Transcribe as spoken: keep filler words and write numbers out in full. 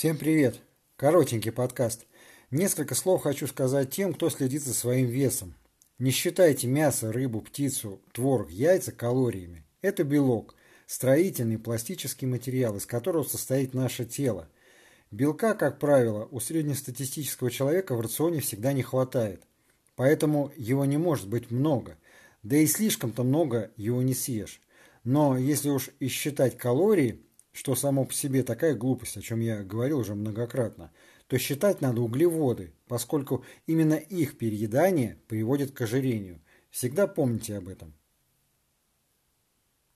Всем привет! Коротенький подкаст. Несколько слов хочу сказать тем, кто следит за своим весом. Не считайте мясо, рыбу, птицу, творог, яйца калориями. Это белок, строительный пластический материал, из которого состоит наше тело. Белка, как правило, у среднестатистического человека в рационе всегда не хватает. Поэтому его не может быть много. Да и слишком-то много его не съешь. Но если уж и считать калории, что само по себе такая глупость, о чем я говорил уже многократно, то считать надо углеводы, поскольку именно их переедание приводит к ожирению. Всегда помните об этом.